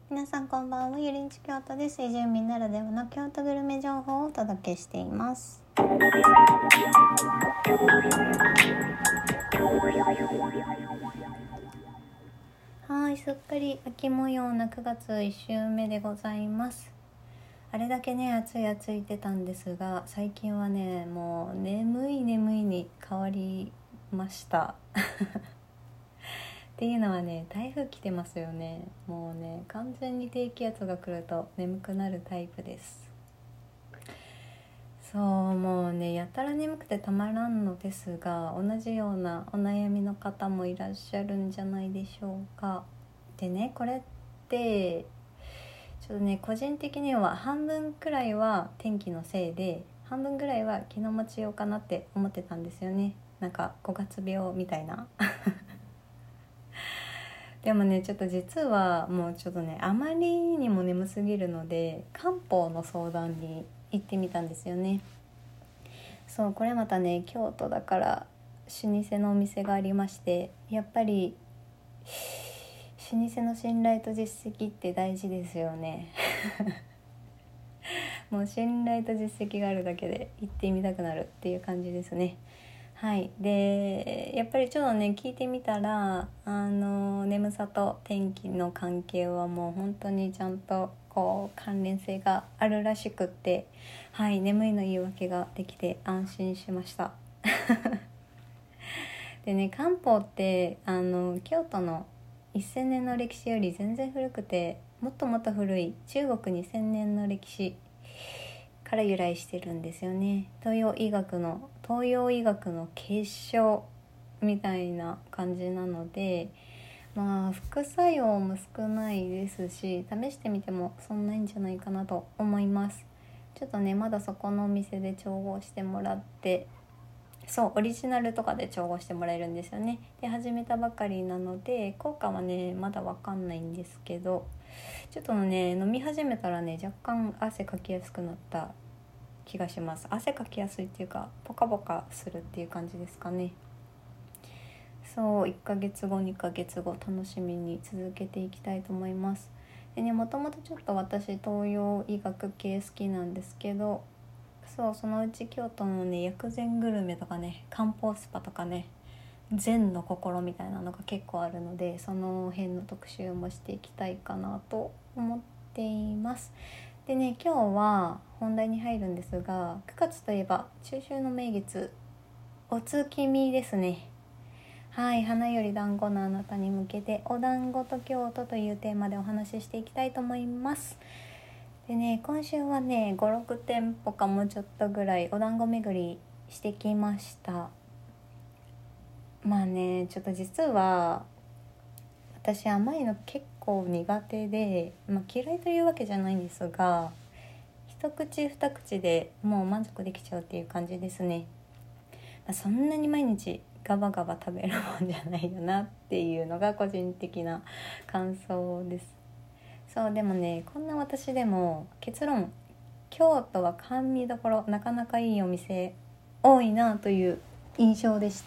皆さんこんばんは。ゆりんち京都です。移住民ならではの京都グルメ情報をお届けしています。はい、すっかり秋模様な9月1週目でございます。あれだけね暑いってたんですが、最近はねもう眠いに変わりましたっていうのはね、台風来てますよね。もうね完全に低気圧が来ると眠くなるタイプです。そう、もうねやたら眠くてたまらんのですが、同じようなお悩みの方もいらっしゃるんじゃないでしょうか。でね、これってちょっとね個人的には半分くらいは天気のせいで、半分くらいは気の持ちようかなって思ってたんですよね。なんか5月病みたいなでもねちょっと実はもうちょっとねあまりにも眠すぎるので、漢方の相談に行ってみたんですよね。そう、これまたね京都だから老舗のお店がありまして、やっぱり老舗の信頼と実績って大事ですよねもう信頼と実績があるだけで行ってみたくなるっていう感じですね。はい、でやっぱりちょっとね聞いてみたら、眠さと天気の関係はもう本当にちゃんとこう関連性があるらしくって、はい、眠いの言い訳ができて安心しましたでね、漢方って京都の1000年の歴史より全然古くて、もっともっと古い中国2000年の歴史から由来してるんですよね。東洋医学の結晶みたいな感じなので、まあ副作用も少ないですし、試してみてもそんないんじゃないかなと思います。ちょっとねまだそこのお店で調合してもらって、そうオリジナルとかで調合してもらえるんですよね。で始めたばかりなので効果はねまだわかんないんですけど、ちょっとね飲み始めたらね若干汗かきやすくなった気がします。汗かきやすいっていうかポカポカするっていう感じですかね。そう1ヶ月後2ヶ月後楽しみに続けていきたいと思います。でね、もともとちょっと私東洋医学系好きなんですけど、そうそのうち京都のね薬膳グルメとかね、漢方スパとかね、禅の心みたいなのが結構あるので、その辺の特集もしていきたいかなと思っています。でね、今日は本題に入るんですが、9月といえば中秋の名月、お月見ですね。はい、花より団子のあなたに向けて、お団子と京都というテーマでお話ししていきたいと思います。でね、今週はね5、6店舗かもうちょっとぐらいお団子巡りしてきました。まあねちょっと実は私甘いの結構苦手で、嫌いというわけじゃないんですが、一口二口でもう満足できちゃうっていう感じですね。そんなに毎日ガバガバ食べるもんじゃないよなっていうのが個人的な感想です。そうでもね、こんな私でも結論、京都は甘味どころ、なかなかいいお店多いなという印象でした。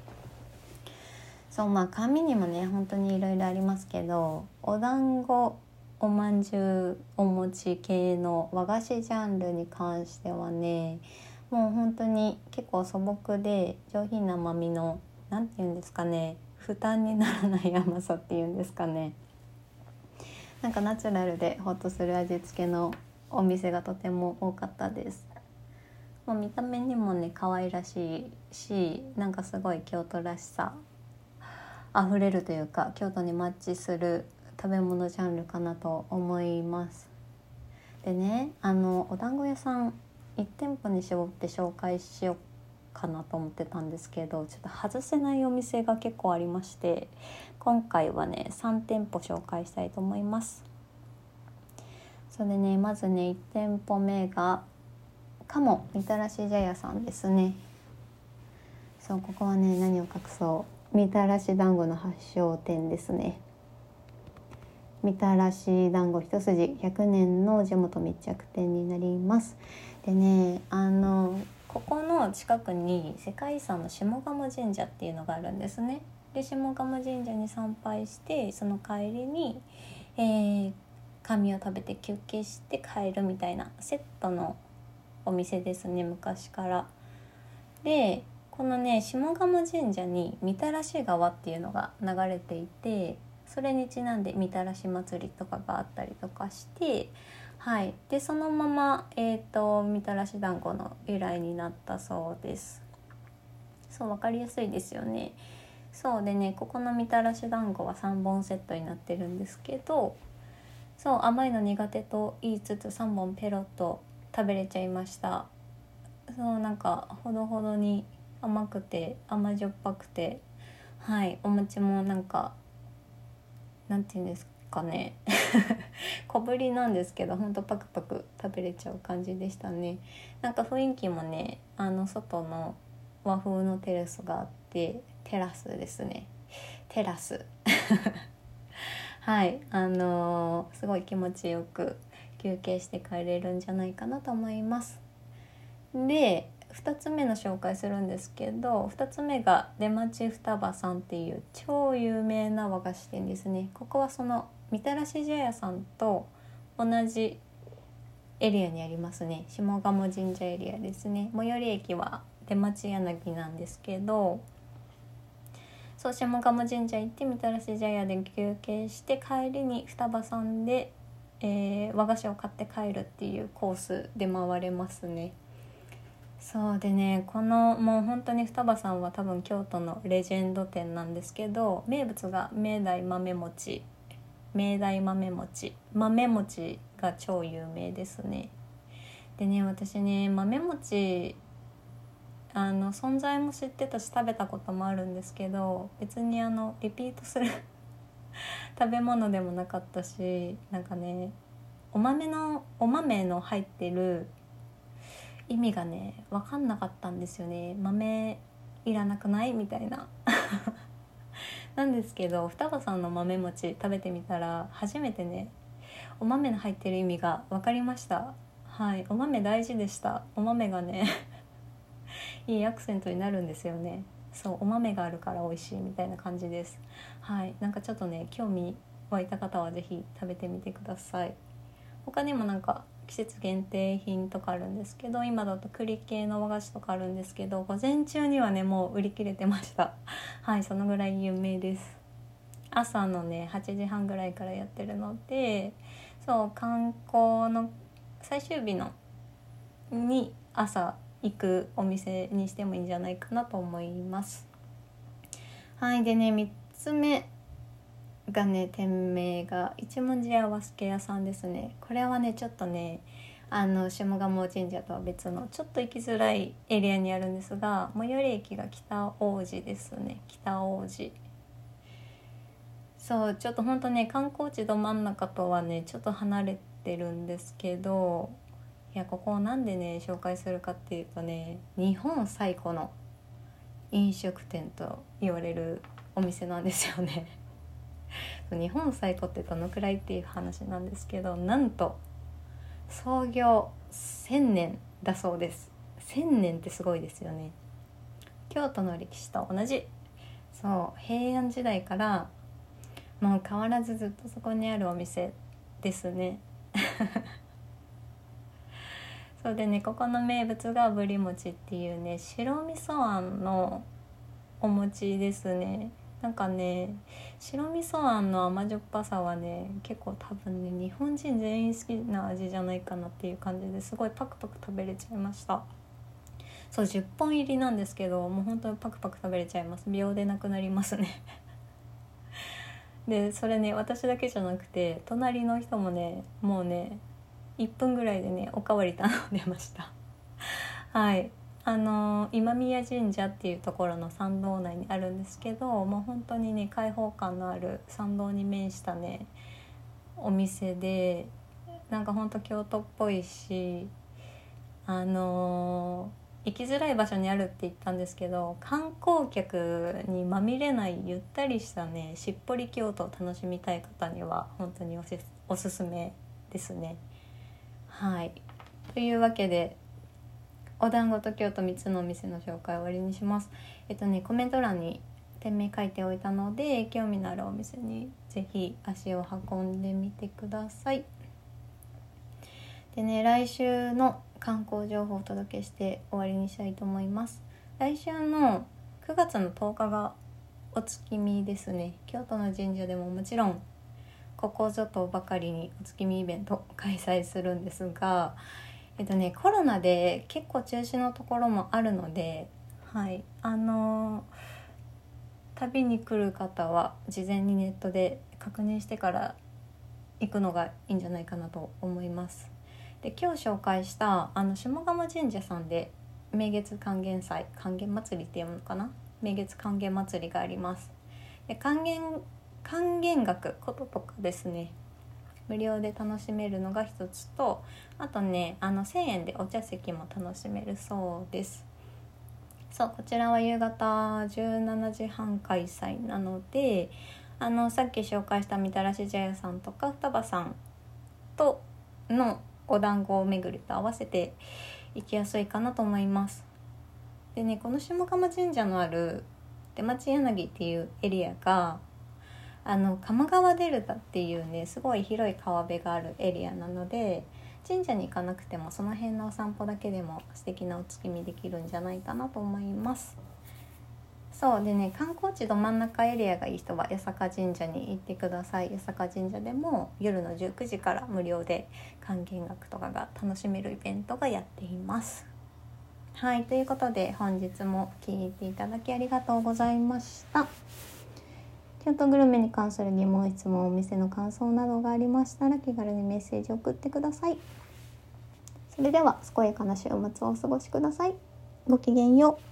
そう、甘味にもね本当にいろいろありますけど、お団子、おまんじゅう、お餅系の和菓子ジャンルに関してはね、もう本当に結構素朴で上品な甘みの、なんていうんですかね、負担にならない甘さっていうんですかね、なんかナチュラルでホッとする味付けのお店がとても多かったです。もう見た目にもね可愛らしいし、なんかすごい京都らしさあふれるというか、京都にマッチする食べ物ジャンルかなと思います。でね、お団子屋さん1店舗に絞って紹介しようかなと思ってたんですけど、ちょっと外せないお店が結構ありまして、今回はね3店舗紹介したいと思います。それでね、まずね1店舗目が鴨みたらし茶屋さんですね。そう、ここはね何を隠そうみたらし団子の発祥店ですね。みたらし団子一筋100年の地元密着店になります。でね、ここの近くに世界遺産の下鴨神社っていうのがあるんですね。で下鴨神社に参拝して、その帰りに、 甘味を食べて休憩して帰るみたいなセットのお店ですね、昔から。でこのね下鴨神社にみたらし川っていうのが流れていて、それにちなんでみたらし祭りとかがあったりとかして、はい、でそのまま、みたらし団子の由来になったそうです。そう、分かりやすいですよね。そうでね、ここのみたらし団子は3本セットになってるんですけど、そう甘いの苦手と言いつつ3本ペロッと食べれちゃいました。そうなんかほどほどに甘くて甘じょっぱくて、はい、お餅もなんかなんていうんですかね小ぶりなんですけどほんとパクパク食べれちゃう感じでしたね。なんか雰囲気もね外の和風のテラスがあって、テラスですね、テラスはいすごい気持ちよく休憩して帰れるんじゃないかなと思います。で2つ目の紹介するんですけど、2つ目が出町双葉さんっていう超有名な和菓子店ですね。ここはそのみたらし茶屋さんと同じエリアにありますね。下鴨神社エリアですね。最寄り駅は出町柳なんですけど、そう下鴨神社行ってみたらし茶屋で休憩して帰りに双葉さんで、和菓子を買って帰るっていうコースで回れますね。そうでね、このもう本当に双葉さんは多分京都のレジェンド店なんですけど、名物が明大豆餅豆餅が超有名ですね。でね、私ね豆餅存在も知ってたし食べたこともあるんですけど、別にリピートする食べ物でもなかったし、なんかねお豆の入ってる意味がね分かんなかったんですよね。豆いらなくないみたいななんですけど、双葉さんの豆餅食べてみたら初めてねお豆の入ってる意味が分かりました。はい、お豆大事でした。お豆がねいいアクセントになるんですよね。そう、お豆があるから美味しいみたいな感じです。はい、なんかちょっとね興味湧いた方はぜひ食べてみてください。他にもなんか季節限定品とかあるんですけど、今だと栗系の和菓子とかあるんですけど、午前中にはねもう売り切れてましたはい、そのぐらい有名です。朝のね8時半ぐらいからやってるので、そう観光の最終日のに朝行くお店にしてもいいんじゃないかなと思います。はい、でね3つ目がね、店名が一文字屋和助屋さんですね。これはねちょっとね下鴨神社とは別のちょっと行きづらいエリアにあるんですが、最寄り駅が北大路ですね。北大路、そうちょっとほんとね観光地ど真ん中とはねちょっと離れてるんですけど、いやここをなんでね紹介するかっていうとね、日本最古の飲食店と言われるお店なんですよね日本最古ってどのくらいっていう話なんですけど、なんと創業1000年だそうです。1000年ってすごいですよね。京都の歴史と同じ、そう平安時代からもう変わらずずっとそこにあるお店ですねそうでね、ここの名物がぶり餅っていうね白味噌あんのお餅ですね。なんかね白味噌あんの甘じょっぱさはね結構多分ね日本人全員好きな味じゃないかなっていう感じですごいパクパク食べれちゃいました。そう10本入りなんですけど、もう本当にパクパク食べれちゃいます。秒でなくなりますねでそれね私だけじゃなくて隣の人もねもうね1分ぐらいでねおかわり頼んでましたはい今宮神社っていうところの参道内にあるんですけど、もう本当にね開放感のある参道に面したねお店で、なんか本当京都っぽいし、行きづらい場所にあるって言ったんですけど、観光客にまみれないゆったりしたねしっぽり京都を楽しみたい方には本当におすすめですね。はい、というわけでお団子と京都3つのお店の紹介を終わりにします。コメント欄に店名書いておいたので興味のあるお店にぜひ足を運んでみてください。 でね、来週の観光情報をお届けして終わりにしたいと思います。来週の9月の10日がお月見ですね。京都の神社でももちろんここぞとばかりにお月見イベントを開催するんですが、コロナで結構中止のところもあるので、旅に来る方は事前にネットで確認してから行くのがいいんじゃないかなと思います。で、今日紹介した下鴨神社さんで名月還元祭、還元祭りっていうのかな、名月還元祭りがあります。で、還元額こととかですね、無料で楽しめるのが一つと、あとね1000円でお茶席も楽しめるそうです。こちらは夕方17時半開催なので、さっき紹介したみたらし茶屋さんとか双葉さんとのお団子巡りと合わせて行きやすいかなと思います。でね、この下鴨神社のある出町柳っていうエリアが鴨川デルタっていうね、すごい広い川辺があるエリアなので、神社に行かなくてもその辺のお散歩だけでも素敵なお月見できるんじゃないかなと思います。そうでね、観光地ど真ん中エリアがいい人は八坂神社に行ってください。八坂神社でも夜の19時から無料で還元額とかが楽しめるイベントがやっています。はい、ということで本日も聞いていただきありがとうございました。京都グルメに関する疑問、質問、お店の感想などがありましたら気軽にメッセージを送ってください。それでは健やかな週末をお過ごしください。ごきげんよう。